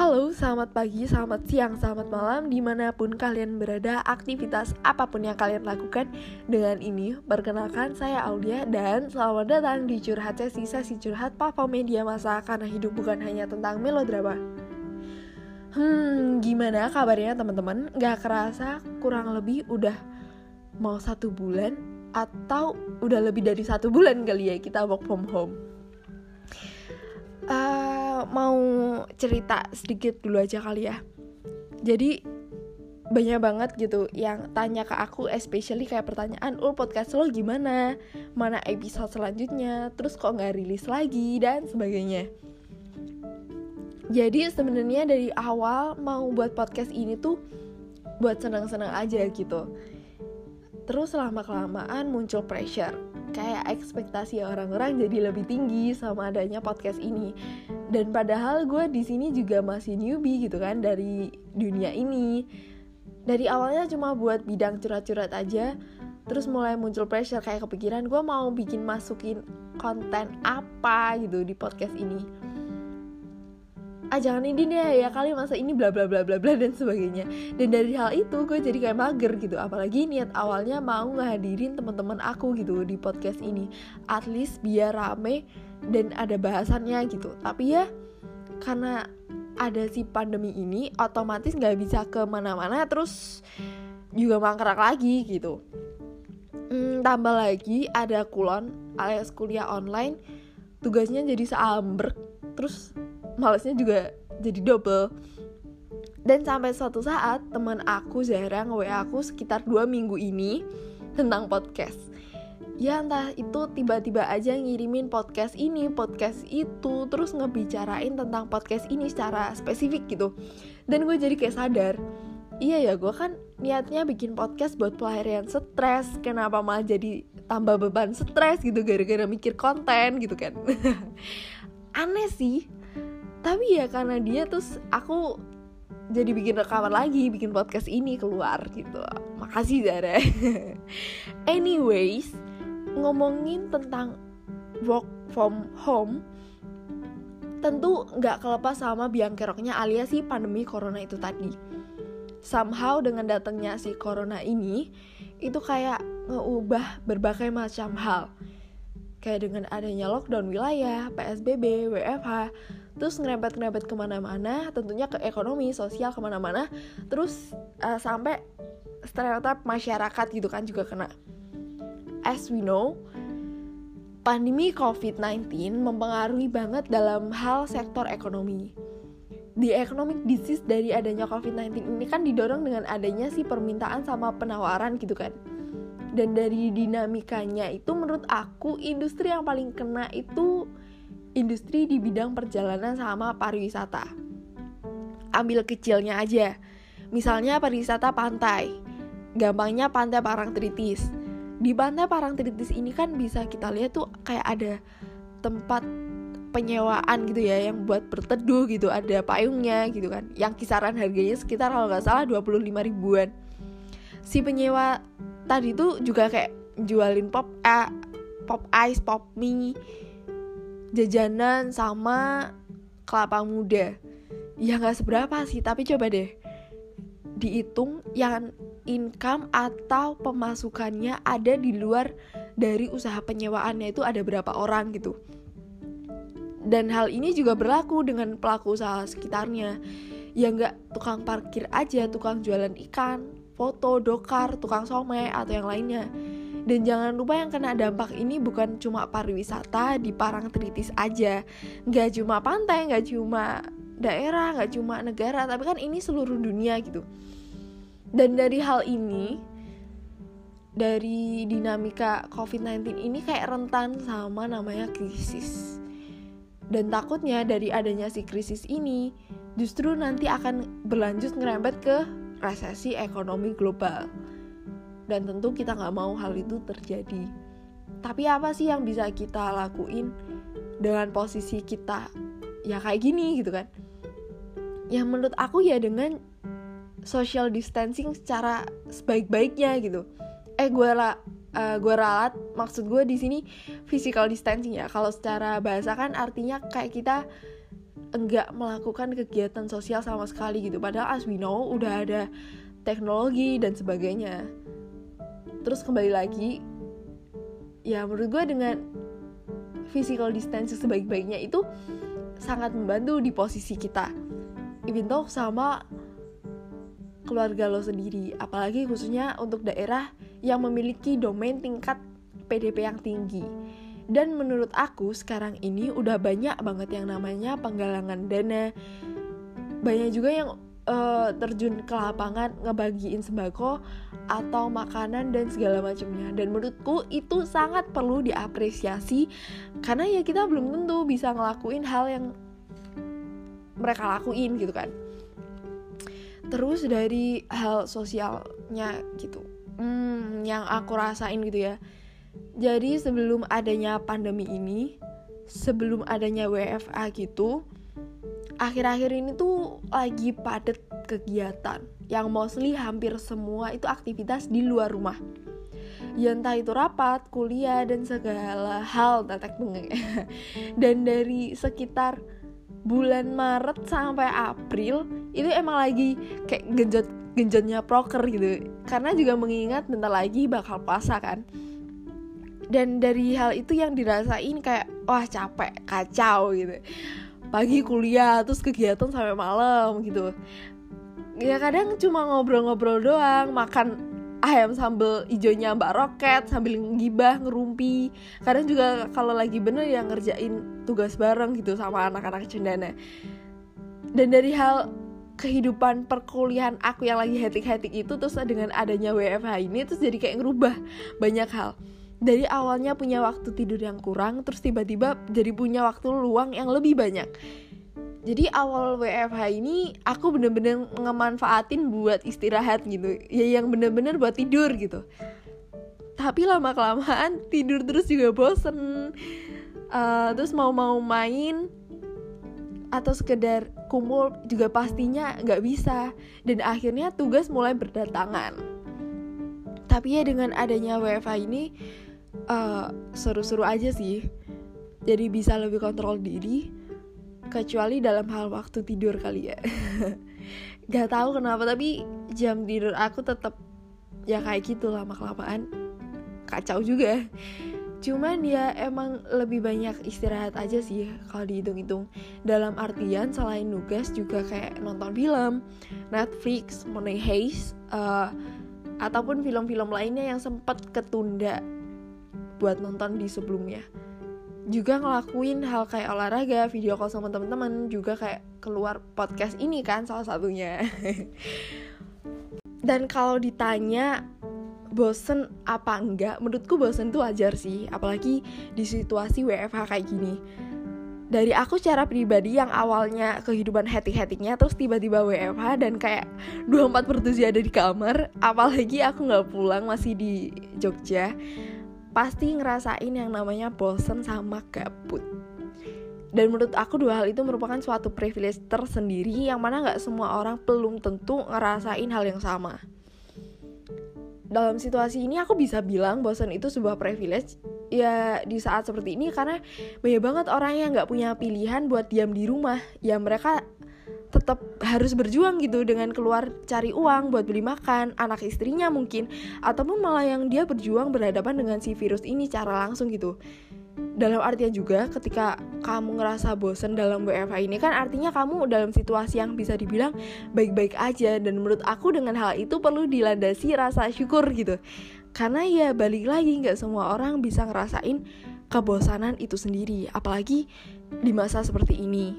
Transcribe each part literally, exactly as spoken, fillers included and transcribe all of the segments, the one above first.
Halo, selamat pagi, selamat siang, selamat malam, dimanapun kalian berada, aktivitas apapun yang kalian lakukan. Dengan ini, perkenalkan saya Aulia dan selamat datang di Curhat Sesi, sesi curhat platform media massa karena hidup bukan hanya tentang melodrama. Hmm, gimana kabarnya teman-teman? Gak kerasa kurang lebih udah mau satu bulan atau udah lebih dari satu bulan kali ya kita work from home. Uh, mau cerita sedikit dulu aja kali ya. Jadi banyak banget gitu yang tanya ke aku, especially kayak pertanyaan, Ul podcast lo gimana? Mana episode selanjutnya? Terus kok gak rilis lagi? Dan sebagainya. Jadi sebenarnya dari awal mau buat podcast ini tuh buat senang-senang aja gitu. Terus lama-kelamaan muncul pressure, kayak ekspektasi orang-orang jadi lebih tinggi sama adanya podcast ini. Dan padahal gue di sini juga masih newbie gitu kan dari dunia ini. Dari awalnya cuma buat bidang curhat-curhat aja, terus mulai muncul pressure kayak kepikiran gue mau bikin masukin konten apa gitu di podcast ini. Ah jangan ini deh ya kali masa ini bla bla bla bla bla dan sebagainya. Dan dari hal itu gue jadi kayak mager gitu. Apalagi niat awalnya mau ngehadirin teman-teman aku gitu di podcast ini, at least biar rame dan ada bahasannya gitu. Tapi ya karena ada si pandemi ini, otomatis nggak bisa kemana-mana, terus juga mangkrak lagi gitu. Hmm, tambah lagi ada kulon alias kuliah online, tugasnya jadi seambrek, terus malesnya juga jadi double. Dan sampai suatu saat teman aku Zahra nge-W A aku sekitar dua minggu ini tentang podcast. Ya entah itu tiba-tiba aja ngirimin podcast ini, podcast itu, terus ngebicarain tentang podcast ini secara spesifik gitu. Dan gue jadi kayak sadar, iya ya gue kan niatnya bikin podcast buat pelarian stres, kenapa malah jadi tambah beban stres gitu gara-gara mikir konten gitu kan. Aneh sih. Tapi ya karena dia terus aku jadi bikin rekaman lagi, bikin podcast ini keluar gitu. Makasih Zara. Anyways, ngomongin tentang work from home, tentu gak kelepas sama biang keroknya alias si pandemi corona itu tadi. Somehow dengan datangnya si corona ini, itu kayak ngeubah berbagai macam hal. Kayak dengan adanya lockdown wilayah, P S B B, W F H, terus ngerempet-ngerempet kemana-mana, tentunya ke ekonomi, sosial kemana-mana, terus uh, sampai stereotip masyarakat gitu kan juga kena. As we know, pandemi covid sembilan belas mempengaruhi banget dalam hal sektor ekonomi. The economic disease dari adanya covid sembilan belas ini kan didorong dengan adanya si permintaan sama penawaran gitu kan. Dan dari dinamikanya itu menurut aku industri yang paling kena itu industri di bidang perjalanan sama pariwisata. Ambil kecilnya aja, misalnya pariwisata pantai. Gampangnya Pantai Parangtritis. Di Pantai Parangtritis ini kan bisa kita lihat tuh kayak ada tempat penyewaan gitu ya, yang buat berteduh gitu, ada payungnya gitu kan, yang kisaran harganya sekitar kalau gak salah dua puluh lima ribuan. Si penyewa tadi tuh juga kayak jualin pop eh, pop ice, pop mie, jajanan sama kelapa muda. Ya gak seberapa sih, tapi coba deh dihitung yang income atau pemasukannya ada di luar dari usaha penyewaannya itu ada berapa orang gitu. Dan hal ini juga berlaku dengan pelaku usaha sekitarnya. Ya gak tukang parkir aja, tukang jualan ikan, foto, dokar, tukang somai, atau yang lainnya. Dan jangan lupa yang kena dampak ini bukan cuma pariwisata di Parangtritis aja. Gak cuma pantai, gak cuma daerah, gak cuma negara, tapi kan ini seluruh dunia gitu. Dan dari hal ini, dari dinamika covid sembilan belas ini kayak rentan sama namanya krisis. Dan takutnya dari adanya si krisis ini justru nanti akan berlanjut ngerembet ke resesi ekonomi global. Dan tentu kita gak mau hal itu terjadi. Tapi apa sih yang bisa kita lakuin dengan posisi kita ya kayak gini gitu kan? Ya menurut aku ya dengan social distancing secara sebaik-baiknya gitu. Eh gue lah uh, gue ralat, maksud gue di sini physical distancing ya. Kalau secara bahasa kan artinya kayak kita enggak melakukan kegiatan sosial sama sekali gitu. Padahal as we know udah ada teknologi dan sebagainya. Terus kembali lagi, ya menurut gue dengan physical distancing sebaik-baiknya itu sangat membantu di posisi kita, even though sama keluarga lo sendiri, apalagi khususnya untuk daerah yang memiliki domain tingkat P D P yang tinggi. Dan menurut aku sekarang ini udah banyak banget yang namanya penggalangan dana. Banyak juga yang uh, terjun ke lapangan ngebagiin sembako atau makanan dan segala macamnya. Dan menurutku itu sangat perlu diapresiasi, karena ya kita belum tentu bisa ngelakuin hal yang mereka lakuin gitu kan. Terus dari hal sosialnya gitu, hmm, yang aku rasain gitu ya. Jadi sebelum adanya pandemi ini, sebelum adanya W F A gitu, akhir-akhir ini tuh lagi padat kegiatan, yang mostly hampir semua itu aktivitas di luar rumah. Ya entah itu rapat, kuliah, dan segala hal tetek bengek. Dan dari sekitar bulan Maret sampai April itu emang lagi kayak genjot-genjotnya proker gitu, karena juga mengingat bentar lagi bakal puasa kan. Dan dari hal itu yang dirasain kayak wah capek, kacau gitu. Pagi kuliah, terus kegiatan sampai malam gitu. Ya kadang cuma ngobrol-ngobrol doang, makan ayam sambal ijonya Mbak Roket sambil ngibah, ngerumpi. Kadang juga kalau lagi bener ya ngerjain tugas bareng gitu sama anak-anak cendana. Dan dari hal kehidupan perkuliahan aku yang lagi hektik-hektik itu, terus dengan adanya W F H ini, terus jadi kayak ngerubah banyak hal. Dari awalnya punya waktu tidur yang kurang, terus tiba-tiba jadi punya waktu luang yang lebih banyak. Jadi awal W F H ini aku bener-bener ngemanfaatin buat istirahat gitu, ya yang bener-bener buat tidur gitu. Tapi lama-kelamaan tidur terus juga bosen, uh, terus mau-mau main atau sekedar kumpul juga pastinya gak bisa. Dan akhirnya tugas mulai berdatangan. Tapi ya dengan adanya W F H ini uh, seru-seru aja sih. Jadi bisa lebih kontrol diri, kecuali dalam hal waktu tidur kali ya. Gak tahu kenapa, tapi jam tidur aku tetap ya kayak gitu, lama-kelamaan kacau juga. Cuman ya emang lebih banyak istirahat aja sih kalau dihitung-hitung. Dalam artian selain nugas juga kayak nonton film, Netflix, Money Heist, uh, ataupun film-film lainnya yang sempat ketunda buat nonton di sebelumnya. Juga ngelakuin hal kayak olahraga, video call sama teman-teman, juga kayak keluar podcast ini kan salah satunya. Dan kalau ditanya bosen apa enggak, menurutku bosen tuh wajar sih, apalagi di situasi W F H kayak gini. Dari aku secara pribadi yang awalnya kehidupan hektik-hektiknya, terus tiba-tiba W F H dan kayak dua puluh empat per tujuh ada di kamar, apalagi aku gak pulang, masih di Jogja, pasti ngerasain yang namanya bosen sama gabut. Dan menurut aku dua hal itu merupakan suatu privilege tersendiri yang mana gak semua orang belum tentu ngerasain hal yang sama. Dalam situasi ini aku bisa bilang bosan itu sebuah privilege ya di saat seperti ini, karena banyak banget orang yang gak punya pilihan buat diam di rumah. Ya mereka tetap harus berjuang gitu dengan keluar cari uang buat beli makan, anak istrinya mungkin, ataupun malah yang dia berjuang berhadapan dengan si virus ini secara langsung gitu. Dalam artian juga ketika kamu ngerasa bosan dalam W F H ini kan artinya kamu dalam situasi yang bisa dibilang baik-baik aja. Dan menurut aku dengan hal itu perlu dilandasi rasa syukur gitu, karena ya balik lagi gak semua orang bisa ngerasain kebosanan itu sendiri, apalagi di masa seperti ini.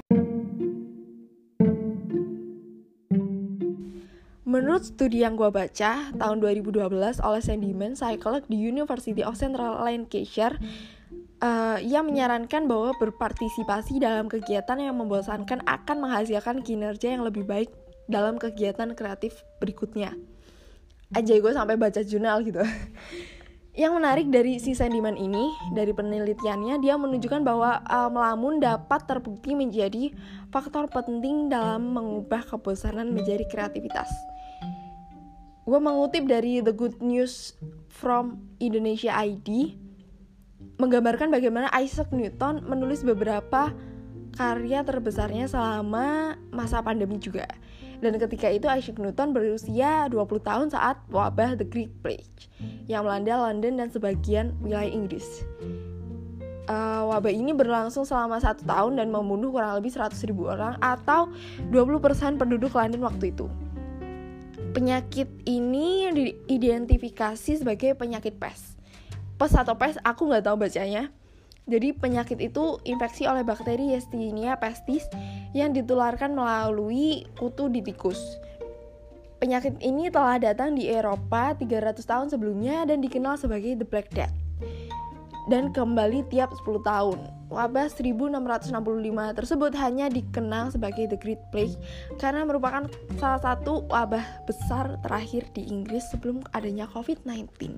Menurut studi yang gue baca tahun dua ribu dua belas oleh Sandeman, psikolog di University of Central Lancashire, uh, ia menyarankan bahwa berpartisipasi dalam kegiatan yang membosankan akan menghasilkan kinerja yang lebih baik dalam kegiatan kreatif berikutnya. Aja gue sampai baca jurnal gitu. Yang menarik dari si Sandeman ini, dari penelitiannya, dia menunjukkan bahwa uh, melamun dapat terbukti menjadi faktor penting dalam mengubah kebosanan menjadi kreativitas. Gue mengutip dari The Good News from Indonesia I D, menggambarkan bagaimana Isaac Newton menulis beberapa karya terbesarnya selama masa pandemi juga. Dan ketika itu Isaac Newton berusia dua puluh tahun saat wabah The Great Plague yang melanda London dan sebagian wilayah Inggris. Uh, wabah ini berlangsung selama satu tahun dan membunuh kurang lebih seratus ribu orang atau dua puluh persen penduduk London waktu itu. Penyakit ini diidentifikasi sebagai penyakit pes. Pes atau pes, aku nggak tahu bacanya. Jadi penyakit itu infeksi oleh bakteri Yersinia pestis yang ditularkan melalui kutu di tikus. Penyakit ini telah datang di Eropa tiga ratus tahun sebelumnya dan dikenal sebagai The Black Death. Dan kembali tiap sepuluh tahun. Wabah seribu enam ratus enam puluh lima tersebut hanya dikenal sebagai The Great Plague karena merupakan salah satu wabah besar terakhir di Inggris sebelum adanya covid sembilan belas.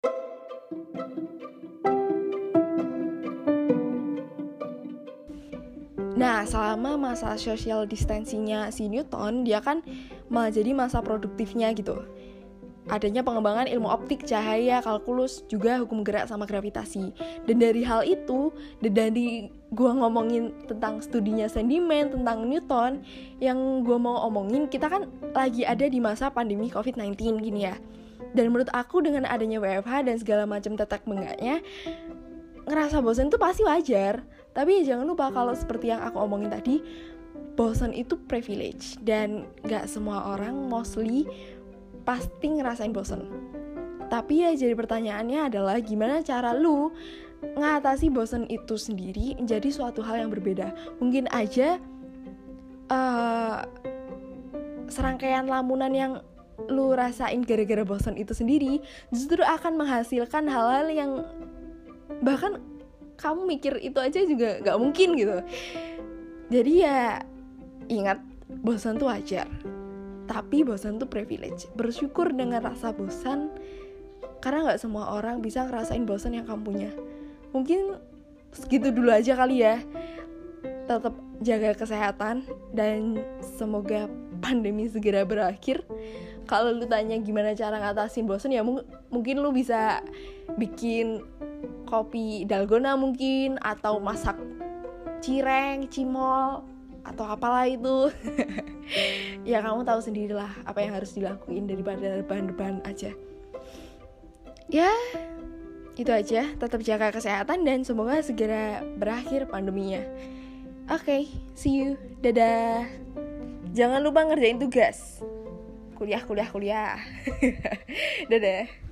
Nah, selama masa social distancing-nya si Newton, dia kan malah jadi masa produktifnya gitu. Adanya pengembangan ilmu optik, cahaya, kalkulus, juga hukum gerak sama gravitasi. Dan dari hal itu, dan dari gue ngomongin tentang studinya sentimen, tentang Newton, yang gue mau omongin, kita kan lagi ada di masa pandemi covid sembilan belas gini ya. Dan menurut aku dengan adanya W F H dan segala macam tetek bengaknya, ngerasa bosan tuh pasti wajar. Tapi ya jangan lupa kalau seperti yang aku omongin tadi, bosan itu privilege. Dan gak semua orang mostly pasti ngerasain bosen. Tapi ya jadi pertanyaannya adalah gimana cara lu ngatasi bosen itu sendiri menjadi suatu hal yang berbeda. Mungkin aja uh, serangkaian lamunan yang lu rasain gara-gara bosen itu sendiri justru akan menghasilkan hal-hal yang bahkan kamu mikir itu aja juga gak mungkin gitu. Jadi ya ingat, bosan tuh wajar. Tapi bosan tuh privilege. Bersyukur dengan rasa bosan, karena gak semua orang bisa ngerasain bosan yang kamu punya. Mungkin segitu dulu aja kali ya. Tetap jaga kesehatan dan semoga pandemi segera berakhir. Kalau lu tanya gimana cara ngatasin bosan, ya m- mungkin lu bisa bikin kopi dalgona mungkin, atau masak cireng, cimol, atau apalah itu. Ya kamu tahu sendirilah apa yang harus dilakuin daripada rebahan-rebahan aja. Ya itu aja, tetap jaga kesehatan dan semoga segera berakhir pandeminya. Oke, okay, see you, dadah. Jangan lupa ngerjain tugas. Kuliah, kuliah, kuliah. Dadah.